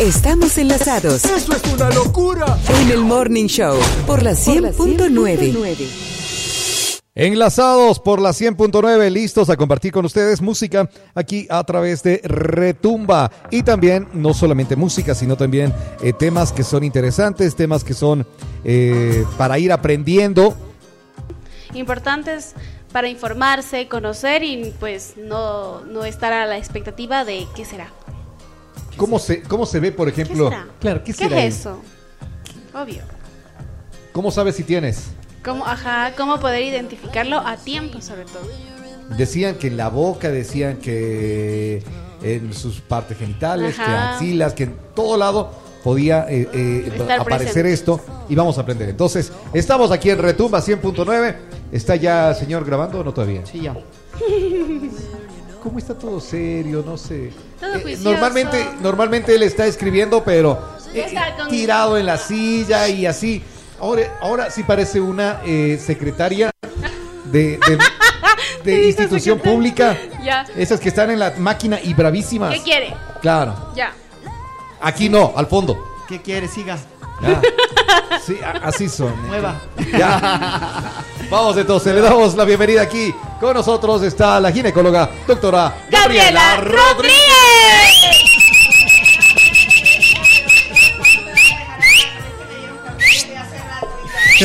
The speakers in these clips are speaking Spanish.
Estamos enlazados. ¡Eso es una locura! En el Morning Show por la 100.9. Enlazados por la 100.9, listos a compartir con ustedes música aquí a través de Retumba. Y también, no solamente música, sino también temas que son interesantes, temas que son para ir aprendiendo. Importantes para informarse, conocer y pues no estar a la expectativa de qué será. ¿Cómo se ve, por ejemplo? ¿Qué será? Claro, ¿Qué será es eso? Obvio. ¿Cómo sabes si tienes? ¿Cómo poder identificarlo a tiempo, sobre todo? Decían que en la boca, decían que en sus partes genitales, que axilas, que en todo lado podía aparecer presente. Esto, y vamos a aprender. Entonces, estamos aquí en Retumba 100.9. ¿Está ya, señor, grabando o no todavía? Sí, ya. ¿Cómo está todo serio? No sé. Todo juicioso. Normalmente él está escribiendo, pero tirado en la silla y así. Ahora sí parece una secretaria de institución pública. Ya. Esas que están en la máquina y bravísimas. ¿Qué quiere? Claro. Ya. Aquí no, al fondo. ¿Qué quiere? Siga. Ya. Sí, así son. Mueva. Ya. Vamos entonces, le damos la bienvenida aquí. Con nosotros está la ginecóloga, doctora Gabriela Rodríguez. Yo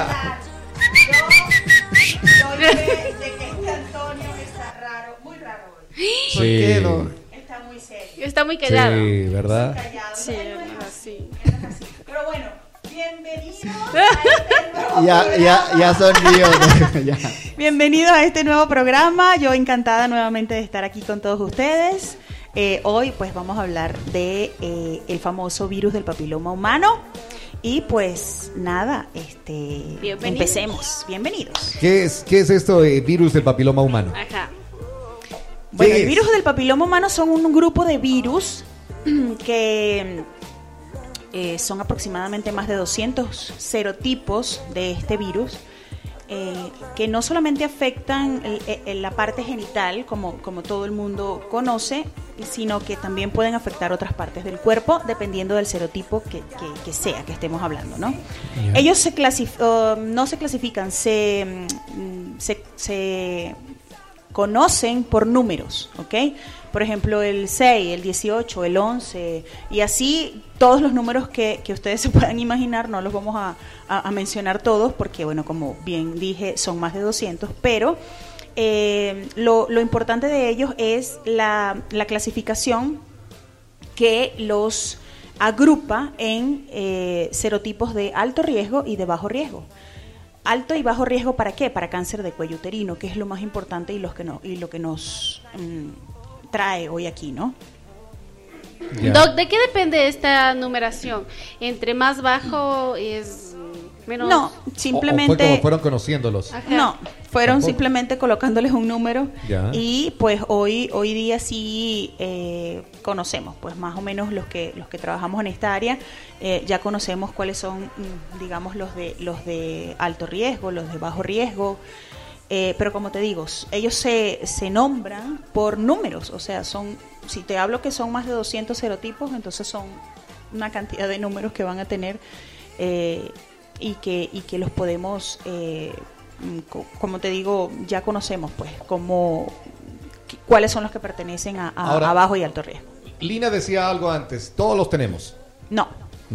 de que este Antonio está raro, muy raro hoy. Sí. ¿Por qué no? Está muy serio. Está muy callado. Sí, ¿verdad? Callado. Sí, Él no es así. así. Pero bueno, bienvenidos a este nuevo Ya sonrío. Ya. Bienvenidos a este nuevo programa. Yo encantada nuevamente de estar aquí con todos ustedes. Hoy pues vamos a hablar de el famoso virus del papiloma humano. Y pues nada, empecemos. Bienvenidos. ¿Qué es esto de virus del papiloma humano? Ajá. Bueno, el virus del papiloma humano son un grupo de virus que son aproximadamente más de 200 serotipos de este virus, que no solamente afectan la parte genital, como todo el mundo conoce, sino que también pueden afectar otras partes del cuerpo, dependiendo del serotipo que estemos hablando, ¿no? Yeah. Ellos no se clasifican, se conocen por números, ¿ok? Por ejemplo, el 6, el 18, el 11, y así todos los números que ustedes se puedan imaginar. No los vamos a mencionar todos porque, bueno, como bien dije, son más de 200, pero lo importante de ellos es la clasificación que los agrupa en serotipos de alto riesgo y de bajo riesgo. Alto y bajo riesgo, ¿para qué? Para cáncer de cuello uterino, que es lo más importante y lo que nos trae hoy aquí, ¿no? Yeah. Doc, ¿de qué depende esta numeración? ¿Entre más bajo es menos? No, simplemente... ¿O fue como fueron conociéndolos? Ajá. No, fueron simplemente colocándoles un número. Ya. Y pues hoy día sí conocemos, pues más o menos los que trabajamos en esta área, ya conocemos cuáles son, digamos, los de alto riesgo, los de bajo riesgo. Pero como te digo, ellos se nombran por números, o sea, si te hablo que son más de 200 serotipos, entonces son una cantidad de números que van a tener y que los podemos, como te digo, ya conocemos pues cuáles son los que pertenecen a bajo y alto riesgo. Lina decía algo antes, todos los tenemos. No.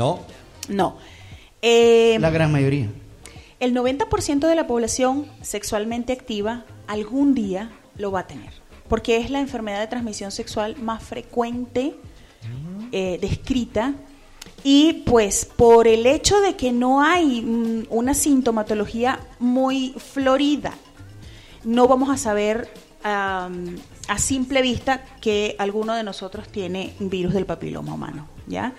La gran mayoría. El 90% de la población sexualmente activa algún día lo va a tener, porque es la enfermedad de transmisión sexual más frecuente descrita, y pues por el hecho de que no hay una sintomatología muy florida, no vamos a saber a simple vista que alguno de nosotros tiene virus del papiloma humano, ¿ya?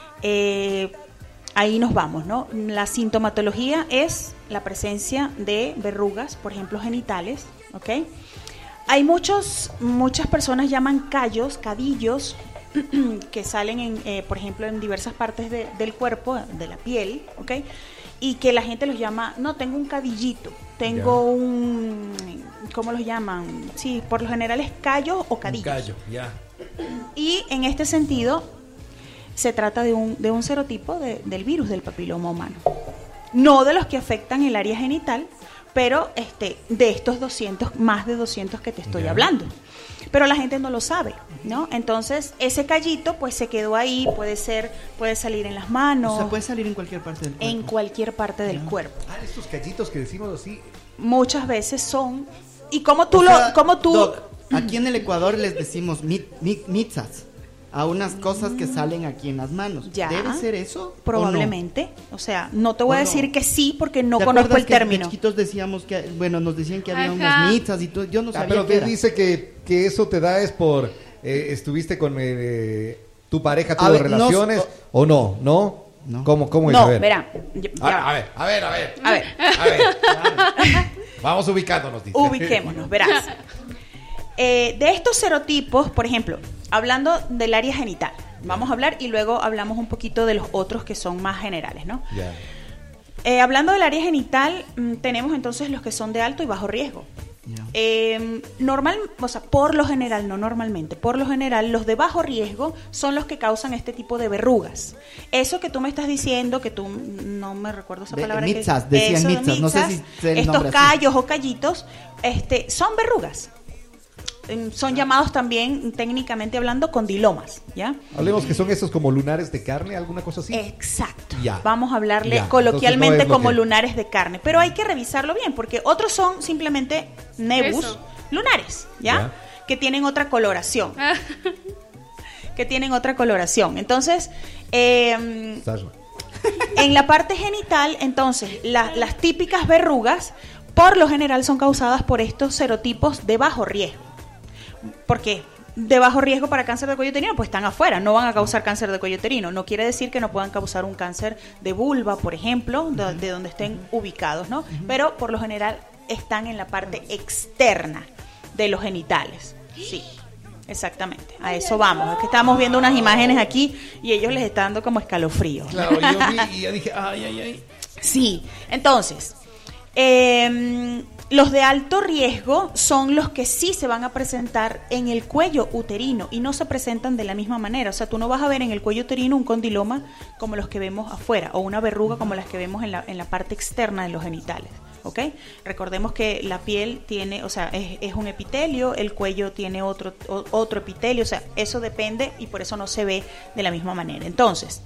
Ahí nos vamos, ¿no? La sintomatología es la presencia de verrugas, por ejemplo, genitales, ¿ok? Hay muchas personas llaman cadillos, que salen, por ejemplo, en diversas partes del cuerpo, de la piel, ¿ok? Y que la gente los llama, no, tengo un cadillito, tengo un, ¿cómo los llaman? Sí, por lo general es callos o cadillos. Un callo, ya. Y en este sentido, se trata de un serotipo del virus del papiloma humano. No de los que afectan el área genital, pero de estos 200, más de 200 que te estoy hablando. Pero la gente no lo sabe, ¿no? Entonces, ese callito pues se quedó ahí, puede salir en las manos. O sea, puede salir en cualquier parte del cuerpo. En cualquier parte del cuerpo. Estos callitos que decimos así. Muchas veces son... Y Doc, aquí en el Ecuador les decimos mitzas a unas cosas que salen aquí en las manos. Ya, ¿Debe ser eso? Probablemente. O sea, no te voy a decir que sí porque no conozco el término. De chiquitos decíamos que, nos decían que había unas mitzas y todo. Yo no sabía. Pero qué era. dice que eso te da es por estuviste con tu pareja, tuvo relaciones o no. ¿Cómo es? No, a ver. verá. A ver. Vamos ubicándonos, dice. Ubiquémonos, verás. De estos serotipos, por ejemplo, hablando del área genital, vamos a hablar y luego hablamos un poquito de los otros que son más generales, ¿no? Yeah. Hablando del área genital, tenemos entonces los que son de alto y bajo riesgo. Por lo general, no normalmente, por lo general, los de bajo riesgo son los que causan este tipo de verrugas. Eso que tú me estás diciendo, que tú no me recuerdo esa palabra. Mitzas, decían mitzas, no sé si el estos nombre callos o callitos, son verrugas. Son llamados también, técnicamente hablando, condilomas, ¿ya? Hablemos que son esos como lunares de carne, alguna cosa así. Exacto. Ya. Vamos a hablarle Ya. coloquialmente Entonces, no es como lo que... lunares de carne, pero hay que revisarlo bien, porque otros son simplemente nebus, Eso. lunares, ¿ya? Ya. Que tienen otra coloración. Entonces, Sasha. en la parte genital, entonces, las típicas verrugas, por lo general son causadas por estos serotipos de bajo riesgo. ¿Por qué? De bajo riesgo para cáncer de cuello uterino, pues están afuera, no van a causar cáncer de cuello uterino. No quiere decir que no puedan causar un cáncer de vulva, por ejemplo, de donde estén ubicados, ¿no? Pero por lo general están en la parte externa de los genitales. Sí, exactamente. A eso vamos. Es que estamos viendo unas imágenes aquí y ellos les está dando como escalofrío. Claro, yo vi y yo dije, ay. Sí, entonces, los de alto riesgo son los que sí se van a presentar en el cuello uterino y no se presentan de la misma manera. O sea, tú no vas a ver en el cuello uterino un condiloma como los que vemos afuera o una verruga como las que vemos en la parte externa de los genitales. ¿Ok? Recordemos que la piel tiene, o sea, es un epitelio, el cuello tiene otro epitelio, o sea, eso depende y por eso no se ve de la misma manera. Entonces,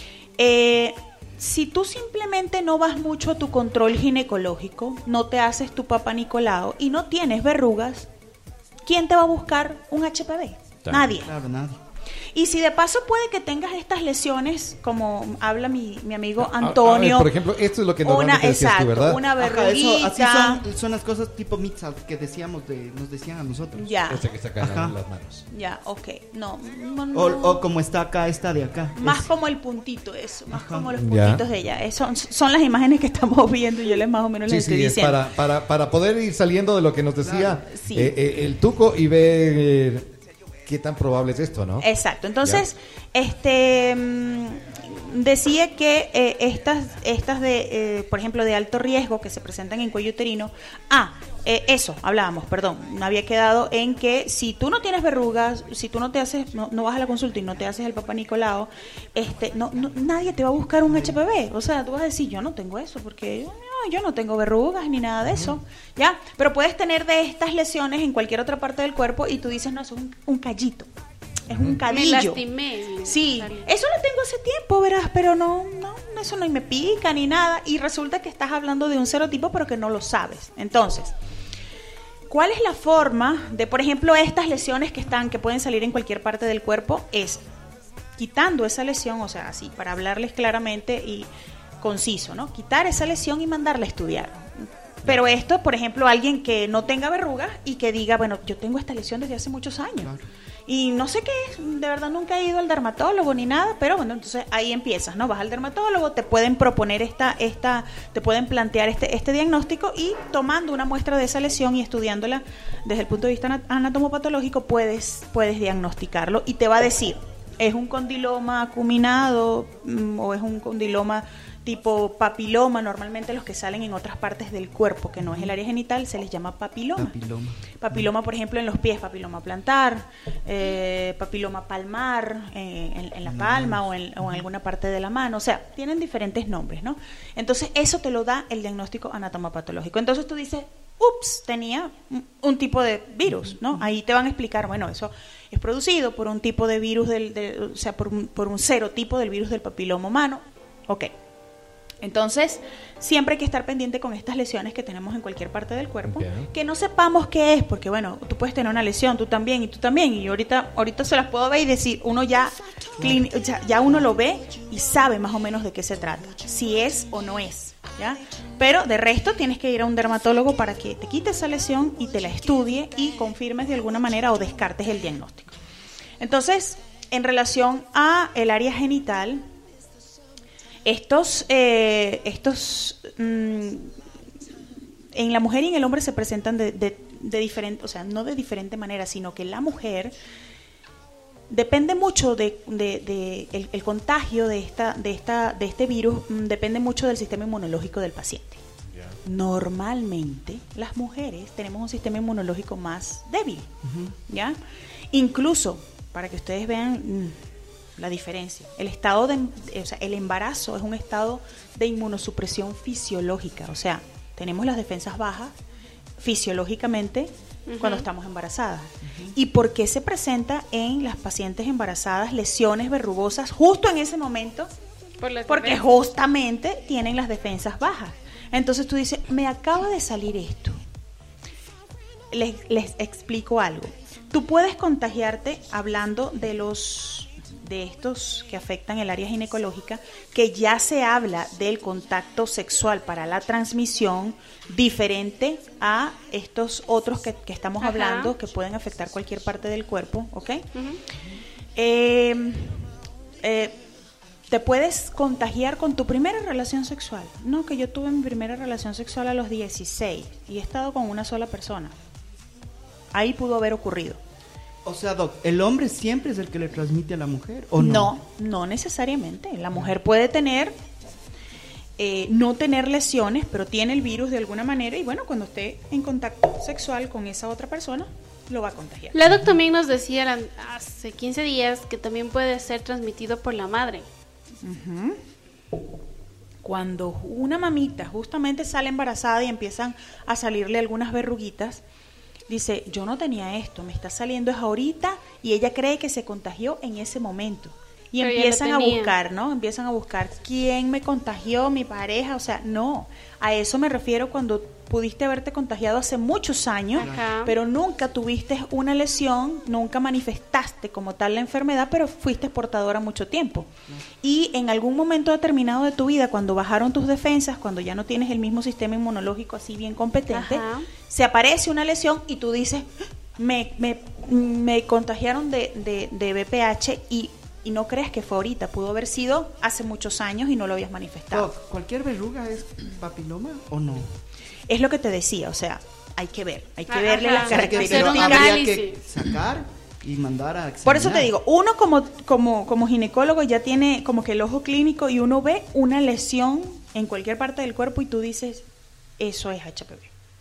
si tú simplemente no vas mucho a tu control ginecológico, no te haces tu Papá Nicolau y no tienes verrugas, ¿quién te va a buscar un HPV? Nadie. Claro, nadie. Y si de paso puede que tengas estas lesiones, como habla mi amigo Antonio. Por ejemplo, esto es lo que normalmente decías tú, ¿verdad? Una verruguita. Así son las cosas tipo mitzas que nos decían a nosotros. Ya. Esta que está acá en las manos. Ya, ok. No. O como está acá, esta de acá. Más como el puntito, eso. Más como los puntitos de ella. Son las imágenes que estamos viendo y yo les más o menos les estoy diciendo. Es para poder ir saliendo de lo que nos decía claro, sí. El Tuco y ver qué tan probable es esto, ¿no? Exacto. Entonces, decía que estas de, por ejemplo, de alto riesgo que se presentan en cuello uterino. Eso, hablábamos, perdón. No había quedado en que si tú no tienes verrugas, si tú no te haces, no vas a la consulta y no te haces el Papá Nicolau, nadie te va a buscar un HPV. O sea, tú vas a decir, yo no tengo eso porque yo no tengo verrugas ni nada de eso, ¿ya? Pero puedes tener de estas lesiones en cualquier otra parte del cuerpo y tú dices, no, es un callito, es un cadillo. Me lastimé. Sí, eso lo tengo hace tiempo, verás, pero no, eso no me pica ni nada. Y resulta que estás hablando de un serotipo, pero que no lo sabes. Entonces, ¿cuál es la forma de, por ejemplo, estas lesiones que pueden salir en cualquier parte del cuerpo? Es quitando esa lesión, o sea, así, para hablarles claramente y conciso, ¿no? Quitar esa lesión y mandarla a estudiar. Pero esto, por ejemplo, alguien que no tenga verrugas y que diga, bueno, yo tengo esta lesión desde hace muchos años. Claro. Y no sé qué es, de verdad nunca he ido al dermatólogo ni nada, pero bueno, entonces ahí empiezas, ¿no? Vas al dermatólogo, te pueden proponer te pueden plantear este diagnóstico y tomando una muestra de esa lesión y estudiándola desde el punto de vista anatomopatológico puedes diagnosticarlo y te va a decir, ¿es un condiloma acuminado o es un condiloma tipo papiloma, normalmente los que salen en otras partes del cuerpo, que no es el área genital, se les llama papiloma. Papiloma, por ejemplo, en los pies, papiloma plantar, papiloma palmar, en la palma o en alguna parte de la mano. O sea, tienen diferentes nombres, ¿no? Entonces, eso te lo da el diagnóstico anatomopatológico. Entonces, tú dices, ups, tenía un tipo de virus, ¿no? Ahí te van a explicar, bueno, eso es producido por un tipo de virus, o sea, por un serotipo del virus del papiloma humano. Ok. Entonces, siempre hay que estar pendiente con estas lesiones que tenemos en cualquier parte del cuerpo, que no sepamos qué es, porque bueno, tú puedes tener una lesión, tú también, y yo ahorita se las puedo ver y decir, uno ya uno lo ve y sabe más o menos de qué se trata, si es o no es, ¿ya? Pero de resto tienes que ir a un dermatólogo para que te quite esa lesión y te la estudie y confirmes de alguna manera o descartes el diagnóstico. Entonces, en relación a el área genital, estos en la mujer y en el hombre se presentan de diferente, o sea, no de diferente manera, sino que la mujer depende mucho el contagio de este virus, depende mucho del sistema inmunológico del paciente. Yeah. Normalmente las mujeres tenemos un sistema inmunológico más débil, ¿ya? Incluso, para que ustedes vean la diferencia, el embarazo es un estado de inmunosupresión fisiológica, o sea, tenemos las defensas bajas fisiológicamente cuando estamos embarazadas. ¿Y por qué se presenta en las pacientes embarazadas lesiones verrugosas justo en ese momento? Porque justamente tienen las defensas bajas. Entonces tú dices, me acaba de salir esto. Les explico algo. Tú puedes contagiarte hablando de estos que afectan el área ginecológica, que ya se habla del contacto sexual para la transmisión diferente a estos otros que estamos hablando, que pueden afectar cualquier parte del cuerpo, ¿ok? Te puedes contagiar con tu primera relación sexual. No, que yo tuve mi primera relación sexual a los 16 y he estado con una sola persona. Ahí pudo haber ocurrido. O sea, Doc, ¿el hombre siempre es el que le transmite a la mujer o no? No necesariamente. La mujer puede no tener lesiones, pero tiene el virus de alguna manera y bueno, cuando esté en contacto sexual con esa otra persona, lo va a contagiar. La Doc también nos decía hace 15 días que también puede ser transmitido por la madre. Cuando una mamita justamente sale embarazada y empiezan a salirle algunas verruguitas, dice, yo no tenía esto, me está saliendo es ahorita, y ella cree que se contagió en ese momento. Y pero empiezan a buscar, ¿no? Empiezan a buscar quién me contagió, mi pareja, o sea, no. A eso me refiero cuando pudiste haberte contagiado hace muchos años, pero nunca tuviste una lesión, nunca manifestaste como tal la enfermedad, pero fuiste portadora mucho tiempo. Y en algún momento determinado de tu vida, cuando bajaron tus defensas, cuando ya no tienes el mismo sistema inmunológico así bien competente, se aparece una lesión y tú dices, me contagiaron de VPH y no creas que fue ahorita, pudo haber sido hace muchos años y no lo habías manifestado. Doc, ¿cualquier verruga es papiloma o no? Es lo que te decía, o sea, hay que verle las características. Habría que sacar y mandar a examinar. Por eso te digo, uno como ginecólogo ya tiene como que el ojo clínico y uno ve una lesión en cualquier parte del cuerpo y tú dices, eso es HPV.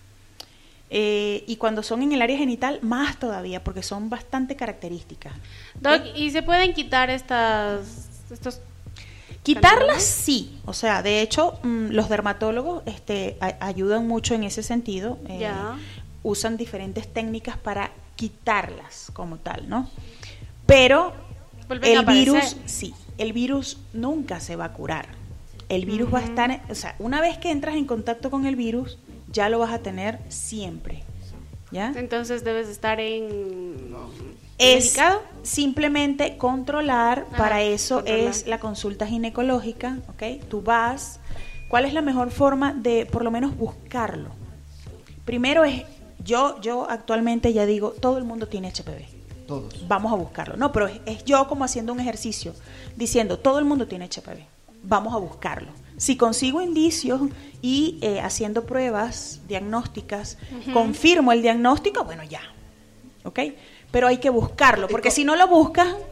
Y cuando son en el área genital, más todavía, porque son bastante características. Doc, ¿y se pueden quitar estos? Quitarlas sí, o sea, de hecho, los dermatólogos ayudan mucho en ese sentido. Usan diferentes técnicas para quitarlas como tal, ¿no? Pero el virus, sí, el virus nunca se va a curar. El virus va a estar, o sea, una vez que entras en contacto con el virus, ya lo vas a tener siempre, ¿ya? Entonces debes estar medicado. Simplemente controlar, para eso es la consulta ginecológica, ¿ok? Tú vas, ¿cuál es la mejor forma de por lo menos buscarlo? Primero es, yo actualmente ya digo, todo el mundo tiene HPV. Todos. Vamos a buscarlo. No, pero es yo como haciendo un ejercicio, diciendo, todo el mundo tiene HPV. Vamos a buscarlo. Si consigo indicios y haciendo pruebas diagnósticas, confirmo el diagnóstico, bueno, ya, ¿ok? Pero hay que buscarlo, porque si no lo buscas,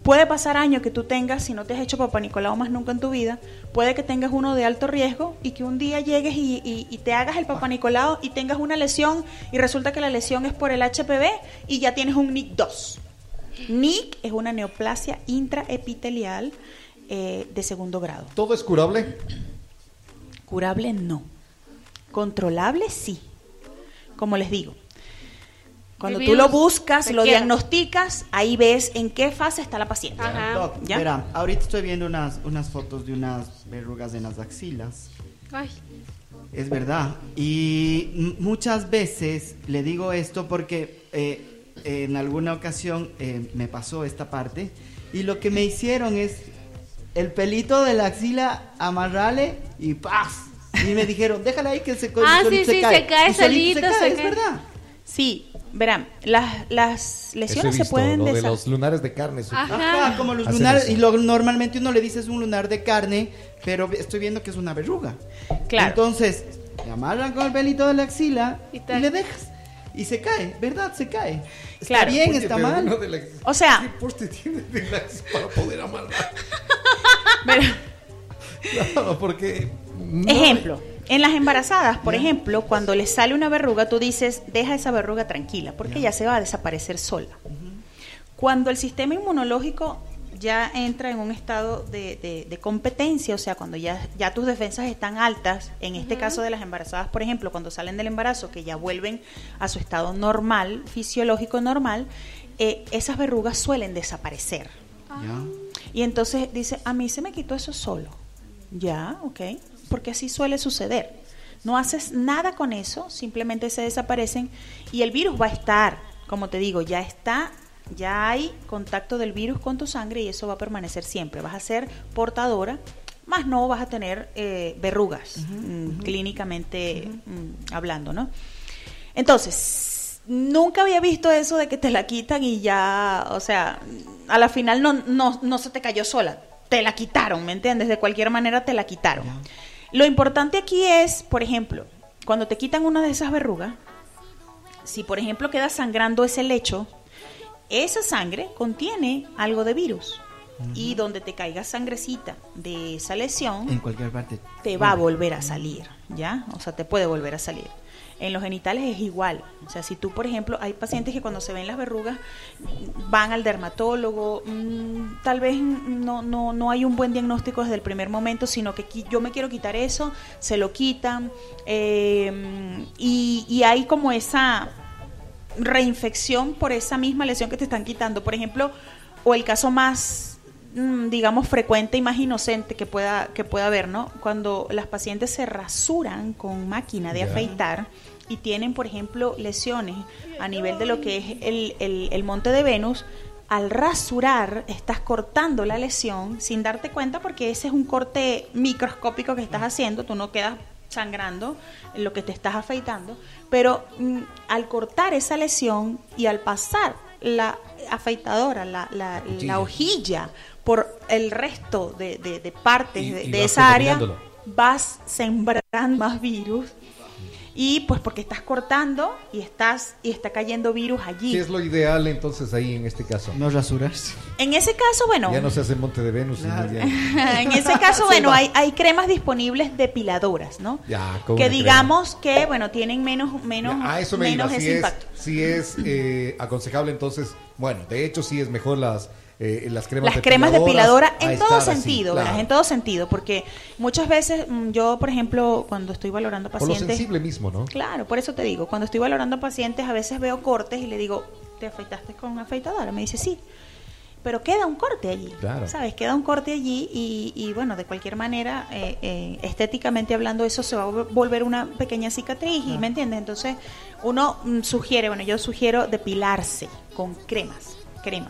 Puede pasar años que tú tengas, si no te has hecho Papá Nicolau más nunca en tu vida, puede que tengas uno de alto riesgo y que un día llegues y te hagas el Papá Nicolau y tengas una lesión y resulta que la lesión es por el HPV y ya tienes un NIC 2. NIC es una neoplasia intraepitelial de segundo grado. ¿Todo es curable? Curable no. Controlable sí. Como les digo, cuando tú lo buscas, lo diagnosticas, ahí ves en qué fase está la paciente. Doc, verá, ahorita estoy viendo unas fotos de unas verrugas en las axilas. Ay. Es verdad. Y muchas veces le digo esto porque en alguna ocasión me pasó esta parte y lo que me hicieron es el pelito de la axila amarrarle y ¡paz! Y me dijeron, déjala ahí que se cae. Se cae solito, se cae. Es verdad. Sí, verán, las lesiones se pueden de los lunares de carne. Ajá, como los lunares. Y normalmente uno le dice es un lunar de carne, pero estoy viendo que es una verruga. Claro. Entonces, te amarran con el pelito de la axila y le dejas. Y se cae, ¿verdad? Se cae. Está claro. bien, está mal. O sea, ¿qué poste tiene de la para poder amarrar? Claro, porque ejemplo, en las embarazadas, por ejemplo, cuando les sale una verruga, tú dices, deja esa verruga tranquila, porque ya se va a desaparecer sola. Cuando el sistema inmunológico ya entra en un estado de competencia, o sea, cuando ya tus defensas están altas, en este caso de las embarazadas, por ejemplo, cuando salen del embarazo, que ya vuelven a su estado normal, fisiológico normal, esas verrugas suelen desaparecer. Y entonces dice, a mí se me quitó eso solo. Ya, ok, porque así suele suceder. No haces nada con eso, simplemente se desaparecen y el virus va a estar, como te digo, ya hay contacto del virus con tu sangre y eso va a permanecer siempre. Vas a ser portadora, más no vas a tener verrugas, clínicamente hablando, ¿no? Entonces, nunca había visto eso de que te la quitan y ya, o sea, a la final no se te cayó sola. Te la quitaron, ¿me entiendes? De cualquier manera te la quitaron. Lo importante aquí es, por ejemplo, cuando te quitan una de esas verrugas, si por ejemplo queda sangrando ese lecho, esa sangre contiene algo de virus. Y donde te caiga sangrecita de esa lesión, en cualquier parte te va a volver a salir, ¿ya? O sea, te puede volver a salir. En los genitales es igual. O sea, si tú, por ejemplo, hay pacientes que cuando se ven las verrugas van al dermatólogo, tal vez no hay un buen diagnóstico desde el primer momento, sino que yo me quiero quitar eso, se lo quitan, y hay como esa reinfección por esa misma lesión que te están quitando. Por ejemplo, o el caso más, digamos, frecuente y más inocente que pueda haber, ¿no? Cuando las pacientes se rasuran con máquina de afeitar y tienen, por ejemplo, lesiones a nivel de lo que es el monte de Venus. Al rasurar estás cortando la lesión sin darte cuenta, porque ese es un corte microscópico que estás haciendo, tú no quedas sangrando en lo que te estás afeitando, pero al cortar esa lesión y al pasar la afeitadora, la hojilla por el resto de partes de esa área, vas sembrando más virus. Y pues porque estás cortando y está cayendo virus allí. ¿Qué es lo ideal entonces ahí en este caso? No rasurarse. En ese caso, bueno, ya no se hace Monte de Venus. Claro. En ese caso, bueno, hay cremas disponibles depiladoras, ¿no? Ya, que digamos que, bueno, tienen menos eso me menos iba. ese impacto. Si es aconsejable, entonces, bueno, de hecho sí es mejor las cremas depiladoras en todo así, sentido, claro. ¿verdad? En todo sentido, porque muchas veces yo, por ejemplo, cuando estoy valorando pacientes, por lo sensible mismo, ¿no? Claro, por eso te digo, cuando estoy valorando pacientes a veces veo cortes y le digo, ¿te afeitaste con afeitadora? Me dice, sí, pero queda un corte allí, claro. ¿Sabes? Queda un corte allí y bueno, de cualquier manera, estéticamente hablando, eso se va a volver una pequeña cicatriz, ¿me entiendes? Entonces, uno sugiere, bueno, yo sugiero depilarse con cremas.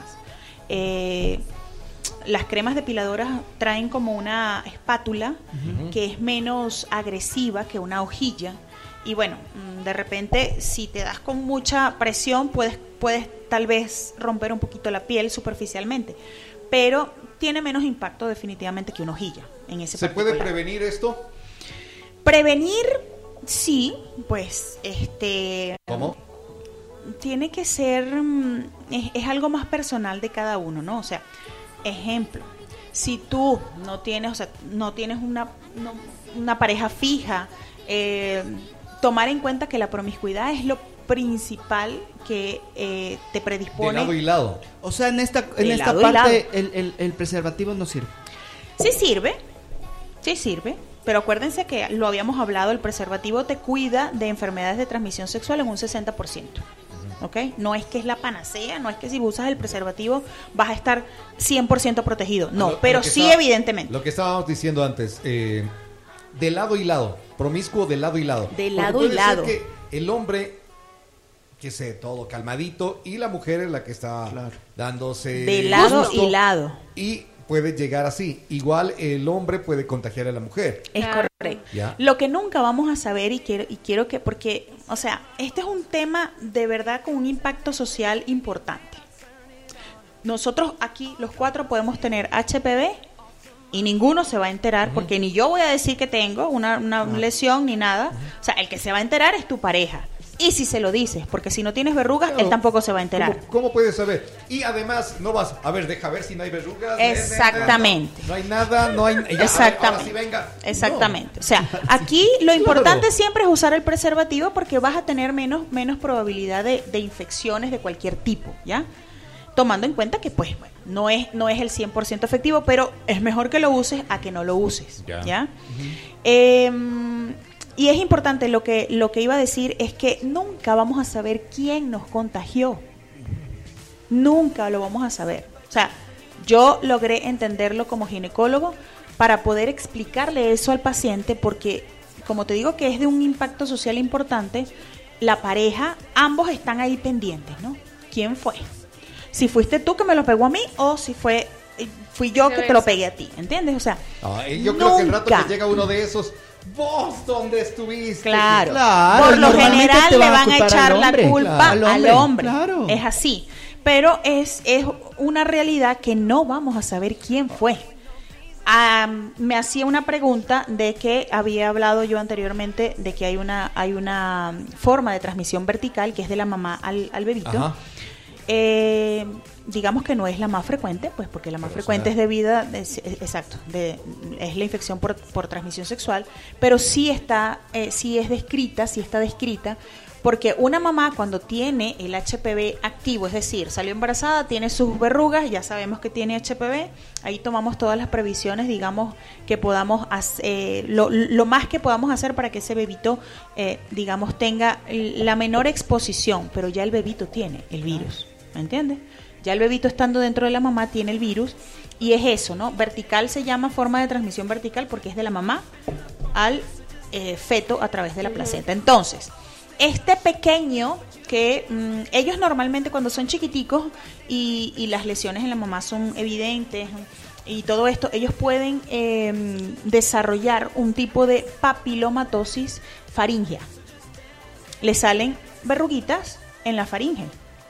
Las cremas depiladoras traen como una espátula que es menos agresiva que una hojilla y bueno, de repente si te das con mucha presión puedes tal vez romper un poquito la piel superficialmente, pero tiene menos impacto definitivamente que una hojilla en ese ¿Se particular. puede prevenir esto? Prevenir, sí, pues ¿Cómo? Tiene que ser, es algo más personal de cada uno, ¿no? O sea, Ejemplo, si tú no tienes, o sea, no tienes una pareja fija, tomar en cuenta que la promiscuidad es lo principal que te predispone. De lado y lado. O sea, en esta parte el preservativo no sirve. Sí sirve, pero acuérdense que lo habíamos hablado, el preservativo te cuida de enfermedades de transmisión sexual en un 60%. ¿Okay? No es que es la panacea, no es que si usas el preservativo vas a estar 100% protegido, no, pero sí, evidentemente. Lo que estábamos diciendo antes, de lado y lado, promiscuo de lado y lado. De lado y lado. Puede ser que el hombre, que sé, todo calmadito, y la mujer es la que está dándose... De lado y lado. Y puede llegar así. Igual el hombre puede contagiar a la mujer. Es correcto. ¿Ya? Lo que nunca vamos a saber, y quiero que, porque, o sea, este es un tema de verdad con un impacto social importante. Nosotros aquí, los 4, podemos tener HPV y ninguno se va a enterar, porque ni yo voy a decir que tengo una lesión ni nada. O sea, el que se va a enterar es tu pareja. Y si se lo dices, porque si no tienes verrugas, él tampoco se va a enterar. ¿Cómo puedes saber? Y además no vas, a ver, deja ver si no hay verrugas. Exactamente. No hay nada, no hay... Ya, exactamente. Ahora sí venga. Exactamente. No. O sea, aquí lo importante siempre es usar el preservativo, porque vas a tener menos probabilidad de infecciones de cualquier tipo, ¿ya? Tomando en cuenta que, pues, bueno, no es el 100% efectivo, pero es mejor que lo uses a que no lo uses, ¿ya? Y es importante, lo que iba a decir es que nunca vamos a saber quién nos contagió. Nunca lo vamos a saber. O sea, yo logré entenderlo como ginecólogo para poder explicarle eso al paciente, porque, como te digo que es de un impacto social importante, la pareja, ambos están ahí pendientes, ¿no? ¿Quién fue? Si fuiste tú que me lo pegó a mí, o si fui yo que te lo pegué a ti, ¿entiendes? O sea, yo creo que el rato que llega uno de esos... ¿Vos dónde estuviste? Claro. Por lo general le van a echar la culpa al hombre. Claro. Es así. Pero es una realidad que no vamos a saber quién fue. Me hacía una pregunta de que había hablado yo anteriormente de que hay una forma de transmisión vertical que es de la mamá al bebito. Digamos que no es la más frecuente, pues porque la más frecuente es debida, es la infección por transmisión sexual, pero sí está descrita, porque una mamá cuando tiene el HPV activo, es decir, salió embarazada, tiene sus verrugas, ya sabemos que tiene HPV, ahí tomamos todas las previsiones, digamos, que podamos hacer, lo más que podamos hacer para que ese bebito, digamos, tenga la menor exposición, pero ya el bebito tiene el virus, ¿me entiendes? Ya el bebito estando dentro de la mamá tiene el virus, y es eso, ¿no? Vertical se llama forma de transmisión vertical porque es de la mamá al feto a través de la placenta. Entonces, este pequeño que ellos normalmente cuando son chiquiticos y las lesiones en la mamá son evidentes y todo esto, ellos pueden desarrollar un tipo de papilomatosis faríngea. Le salen verruguitas en la faringe.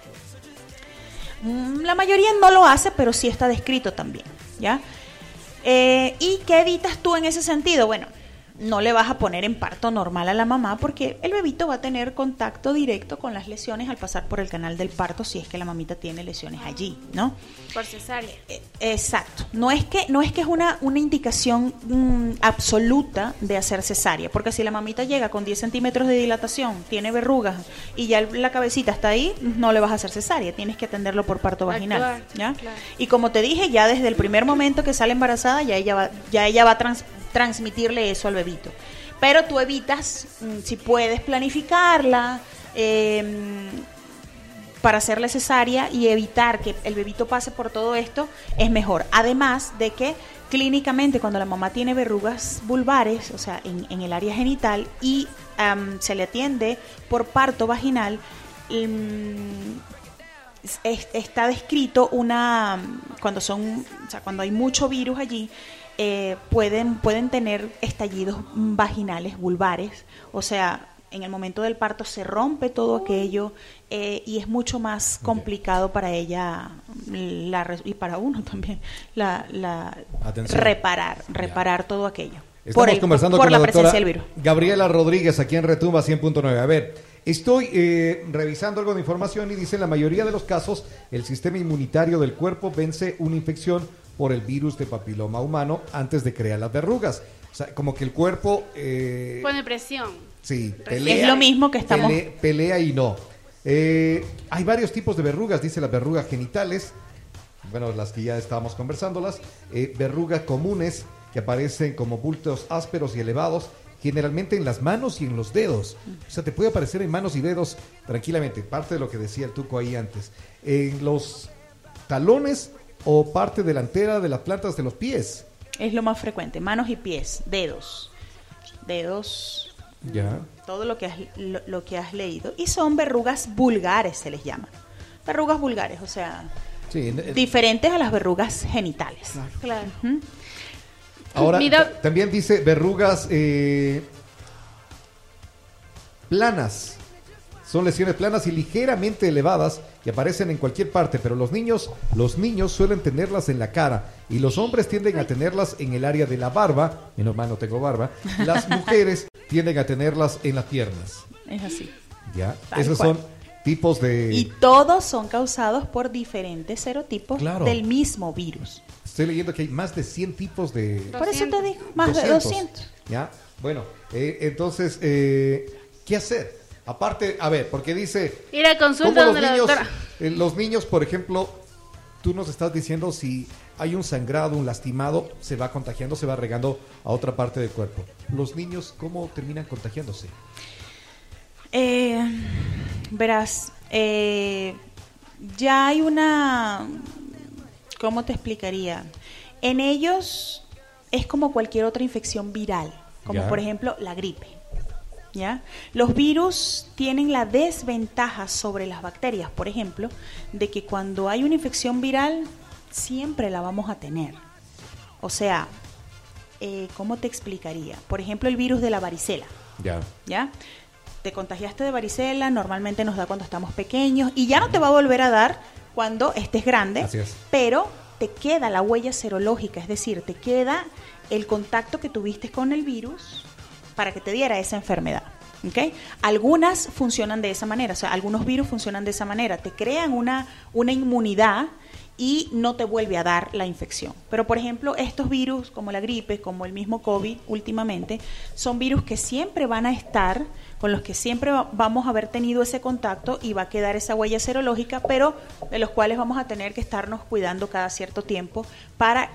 La mayoría no lo hace, pero sí está descrito también, ¿ya? ¿Y qué evitas tú en ese sentido? Bueno, no le vas a poner en parto normal a la mamá porque el bebito va a tener contacto directo con las lesiones al pasar por el canal del parto, si es que la mamita tiene lesiones allí, ¿no? Por cesárea. Exacto. No es que es una indicación absoluta de hacer cesárea, porque si la mamita llega con 10 centímetros de dilatación, tiene verrugas y ya la cabecita está ahí, no le vas a hacer cesárea, tienes que atenderlo por parto vaginal, ¿ya? Claro. Y como te dije, ya desde el primer momento que sale embarazada, ya ella va a transmitirle eso al bebito. Pero tú evitas, si puedes planificarla para hacerle cesárea y evitar que el bebito pase por todo esto, es mejor. Además de que clínicamente cuando la mamá tiene verrugas vulvares, o sea, en el área genital, y se le atiende por parto vaginal, está descrito cuando hay mucho virus allí, pueden tener estallidos vaginales, vulvares, o sea, en el momento del parto se rompe todo aquello y es mucho más complicado para ella y para uno también reparar todo aquello. Estamos conversando con la doctora del virus. Gabriela Rodríguez aquí en Retumba 100.9. A ver, estoy revisando algo de información y dice: en la mayoría de los casos el sistema inmunitario del cuerpo vence una infección por el virus de papiloma humano antes de crear las verrugas. O sea, como que el cuerpo... pone presión. Sí, pelea. Es lo mismo que estamos... Pelea y no. Hay varios tipos de verrugas, dice las verrugas genitales, bueno, las que ya estábamos conversándolas, verrugas comunes que aparecen como bultos ásperos y elevados, generalmente en las manos y en los dedos. O sea, te puede aparecer en manos y dedos tranquilamente, parte de lo que decía el Tuco ahí antes. En los talones o parte delantera de las plantas de los pies. Es lo más frecuente, manos y pies, dedos. Ya. Todo lo que has leído. Y son verrugas vulgares, se les llama. Verrugas vulgares, o sea, sí, diferentes a las verrugas genitales. Claro. Uh-huh. Ahora, también dice verrugas planas. Son lesiones planas y ligeramente elevadas que aparecen en cualquier parte, pero los niños suelen tenerlas en la cara y los hombres tienden a tenerlas en el área de la barba. Menos mal no tengo barba. Las mujeres tienden a tenerlas en las piernas. Es así. Ya, esos son tipos de... Y todos son causados por diferentes serotipos del mismo virus. Estoy leyendo que hay más de 100 tipos de... 200. Por eso te digo, más 200. De 200. Ya, bueno, entonces, ¿qué hacer? Aparte, a ver, porque dice... Ir a consulta donde la doctora. Los niños, por ejemplo, tú nos estás diciendo si hay un sangrado, un lastimado, se va contagiando, se va regando a otra parte del cuerpo. Los niños, ¿cómo terminan contagiándose? Verás, ya hay una... ¿Cómo te explicaría? En ellos es como cualquier otra infección viral, como por ejemplo la gripe. ¿Ya? Los virus tienen la desventaja sobre las bacterias, por ejemplo, de que cuando hay una infección viral siempre la vamos a tener. O sea, ¿cómo te explicaría? Por ejemplo, el virus de la varicela. ¿Ya? Te contagiaste de varicela, normalmente nos da cuando estamos pequeños y ya no te va a volver a dar cuando estés grande. Así es. Pero te queda la huella serológica, es decir, te queda el contacto que tuviste con el virus para que te diera esa enfermedad. ¿Okay? Algunas funcionan de esa manera, o sea, algunos virus funcionan de esa manera, te crean una inmunidad y no te vuelve a dar la infección. Pero, por ejemplo, estos virus, como la gripe, como el mismo COVID últimamente, son virus que siempre van a estar, con los que siempre vamos a haber tenido ese contacto y va a quedar esa huella serológica, pero de los cuales vamos a tener que estarnos cuidando cada cierto tiempo para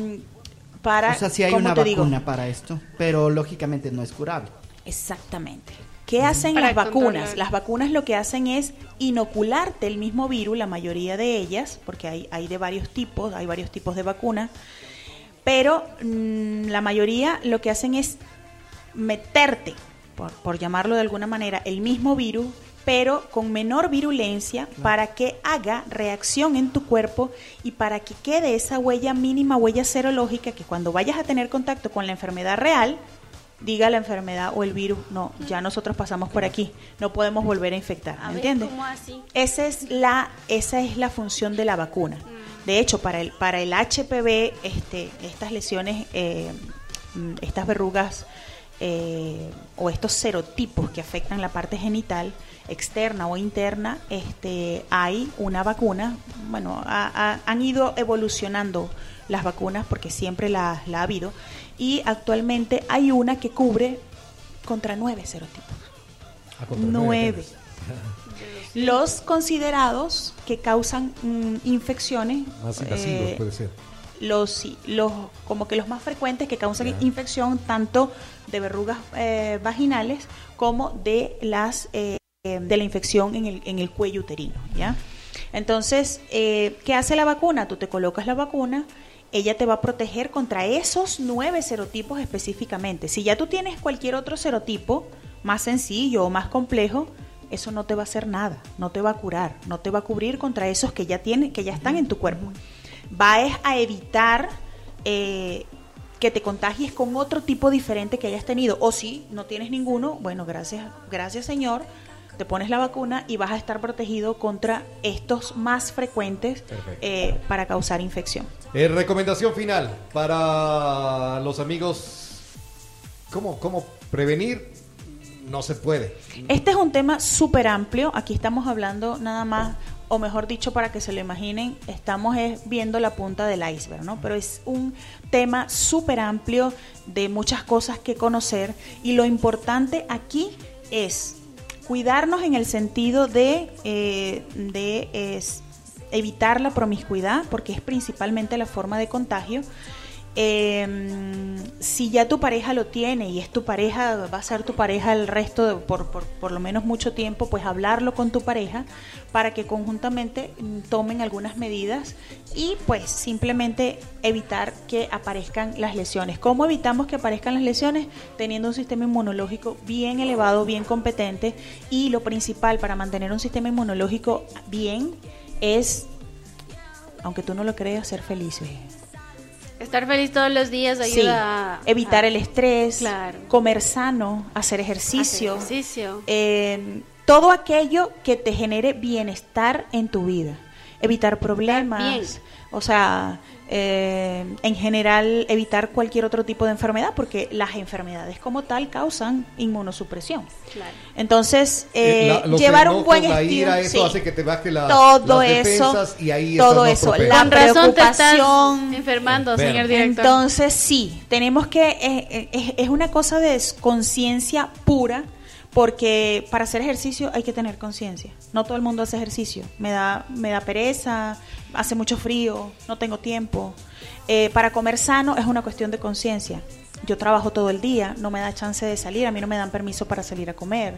o sea, sí hay una vacuna para esto, pero lógicamente no es curable. Exactamente. ¿Qué hacen las vacunas? Las vacunas lo que hacen es inocularte el mismo virus, la mayoría de ellas, porque hay de varios tipos, hay varios tipos de vacunas, pero la mayoría lo que hacen es meterte, por llamarlo de alguna manera, el mismo virus, pero con menor virulencia, para que haga reacción en tu cuerpo y para que quede esa huella mínima, huella serológica, que cuando vayas a tener contacto con la enfermedad real, diga la enfermedad o el virus, no, ya nosotros pasamos por aquí, no podemos volver a infectar, ¿entiendes? ¿Cómo así? Esa es la función de la vacuna. De hecho, para el HPV, estas lesiones, estas verrugas o estos serotipos que afectan la parte genital, externa o interna, hay una vacuna. Bueno, han ido evolucionando las vacunas porque siempre la ha habido, y actualmente hay una que cubre contra 9 serotipos. 9. Los considerados que causan infecciones más invasivos, puede ser. Los como que los más frecuentes que causan infección tanto de verrugas vaginales como de de la infección en el cuello uterino, ¿ya? Entonces, ¿qué hace la vacuna? Tú te colocas la vacuna, ella te va a proteger contra esos 9 serotipos específicamente. Si ya tú tienes cualquier otro serotipo más sencillo o más complejo, eso no te va a hacer nada, no te va a curar, no te va a cubrir contra esos que ya están en tu cuerpo. Va a evitar que te contagies con otro tipo diferente que hayas tenido. O si no tienes ninguno, bueno, gracias Señor, te pones la vacuna y vas a estar protegido contra estos más frecuentes para causar infección. Recomendación final para los amigos, ¿cómo prevenir? No se puede. Este es un tema súper amplio. Aquí estamos hablando nada más o mejor dicho, para que se lo imaginen, estamos viendo la punta del iceberg, ¿no? Pero es un tema súper amplio de muchas cosas que conocer, y lo importante aquí es cuidarnos en el sentido de evitar la promiscuidad, porque es principalmente la forma de contagio. Si ya tu pareja lo tiene y es tu pareja, va a ser tu pareja el resto por lo menos mucho tiempo, pues hablarlo con tu pareja para que conjuntamente tomen algunas medidas y pues simplemente evitar que aparezcan las lesiones. ¿Cómo evitamos que aparezcan las lesiones? Teniendo un sistema inmunológico bien elevado, bien competente, y lo principal para mantener un sistema inmunológico bien es, aunque tú no lo creas, ser felices. Estar feliz todos los días ayuda a evitar el estrés, claro, comer sano, hacer ejercicio. Todo aquello que te genere bienestar en tu vida. Evitar problemas, o sea, en general evitar cualquier otro tipo de enfermedad, porque las enfermedades como tal causan inmunosupresión. Claro. Entonces, llevar un buen estilo, eso hace que te baje las defensas, y ahí todo eso, la con razón preocupación, te estás enfermando, señor director. Entonces sí, tenemos que es una cosa de conciencia pura. Porque para hacer ejercicio hay que tener conciencia. No todo el mundo hace ejercicio. Me da pereza, hace mucho frío, no tengo tiempo. Para comer sano es una cuestión de conciencia. Yo trabajo todo el día, no me da chance de salir, a mí no me dan permiso para salir a comer.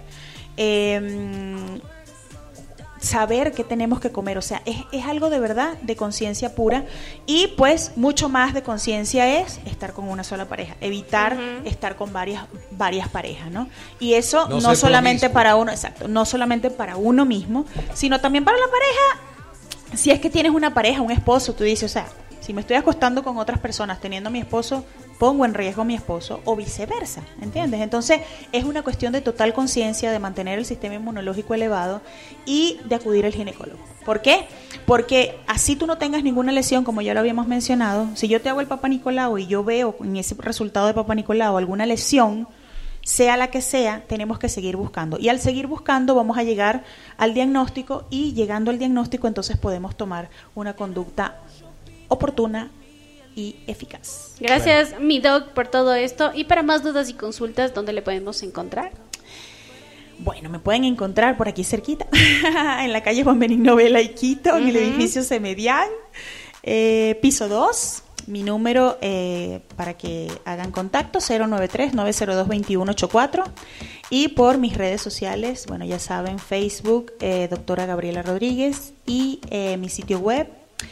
Saber qué tenemos que comer, o sea, es algo de verdad de conciencia pura, y pues mucho más de conciencia es estar con una sola pareja, evitar estar con varias parejas, ¿no? Y eso no solamente para uno, exacto, no solamente para uno mismo, sino también para la pareja. Si es que tienes una pareja, un esposo, tú dices, o sea, si me estoy acostando con otras personas teniendo a mi esposo, pongo en riesgo a mi esposo, o viceversa, ¿entiendes? Entonces es una cuestión de total conciencia, de mantener el sistema inmunológico elevado y de acudir al ginecólogo. ¿Por qué? Porque así tú no tengas ninguna lesión, como ya lo habíamos mencionado. Si yo te hago el Papá Nicolau y yo veo en ese resultado de Papá Nicolau alguna lesión, sea la que sea, tenemos que seguir buscando. Y al seguir buscando vamos a llegar al diagnóstico, y llegando al diagnóstico entonces podemos tomar una conducta oportuna y eficaz. Gracias, mi doc, por todo esto. Y para más dudas y consultas, ¿dónde le podemos encontrar? Bueno, me pueden encontrar por aquí cerquita, en la calle Juan Benigno Vela y Quito, en el edificio Semedián, piso 2. Mi número para que hagan contacto, 093-902-2184. Y por mis redes sociales, bueno, ya saben, Facebook, doctora Gabriela Rodríguez, y mi sitio web,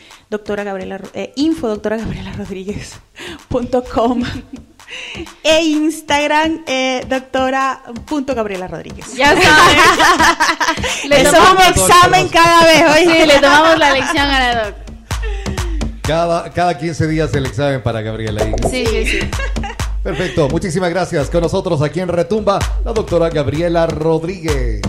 info.doctoragabrielarodríguez.com e Instagram, doctora.gabrielarodríguez. Ya saben. Eso es un examen cada vez. Sí, le tomamos la lección a la doc. Cada 15 días el examen para Gabriela. Sí. Perfecto, muchísimas gracias. Con nosotros aquí en Retumba, la doctora Gabriela Rodríguez.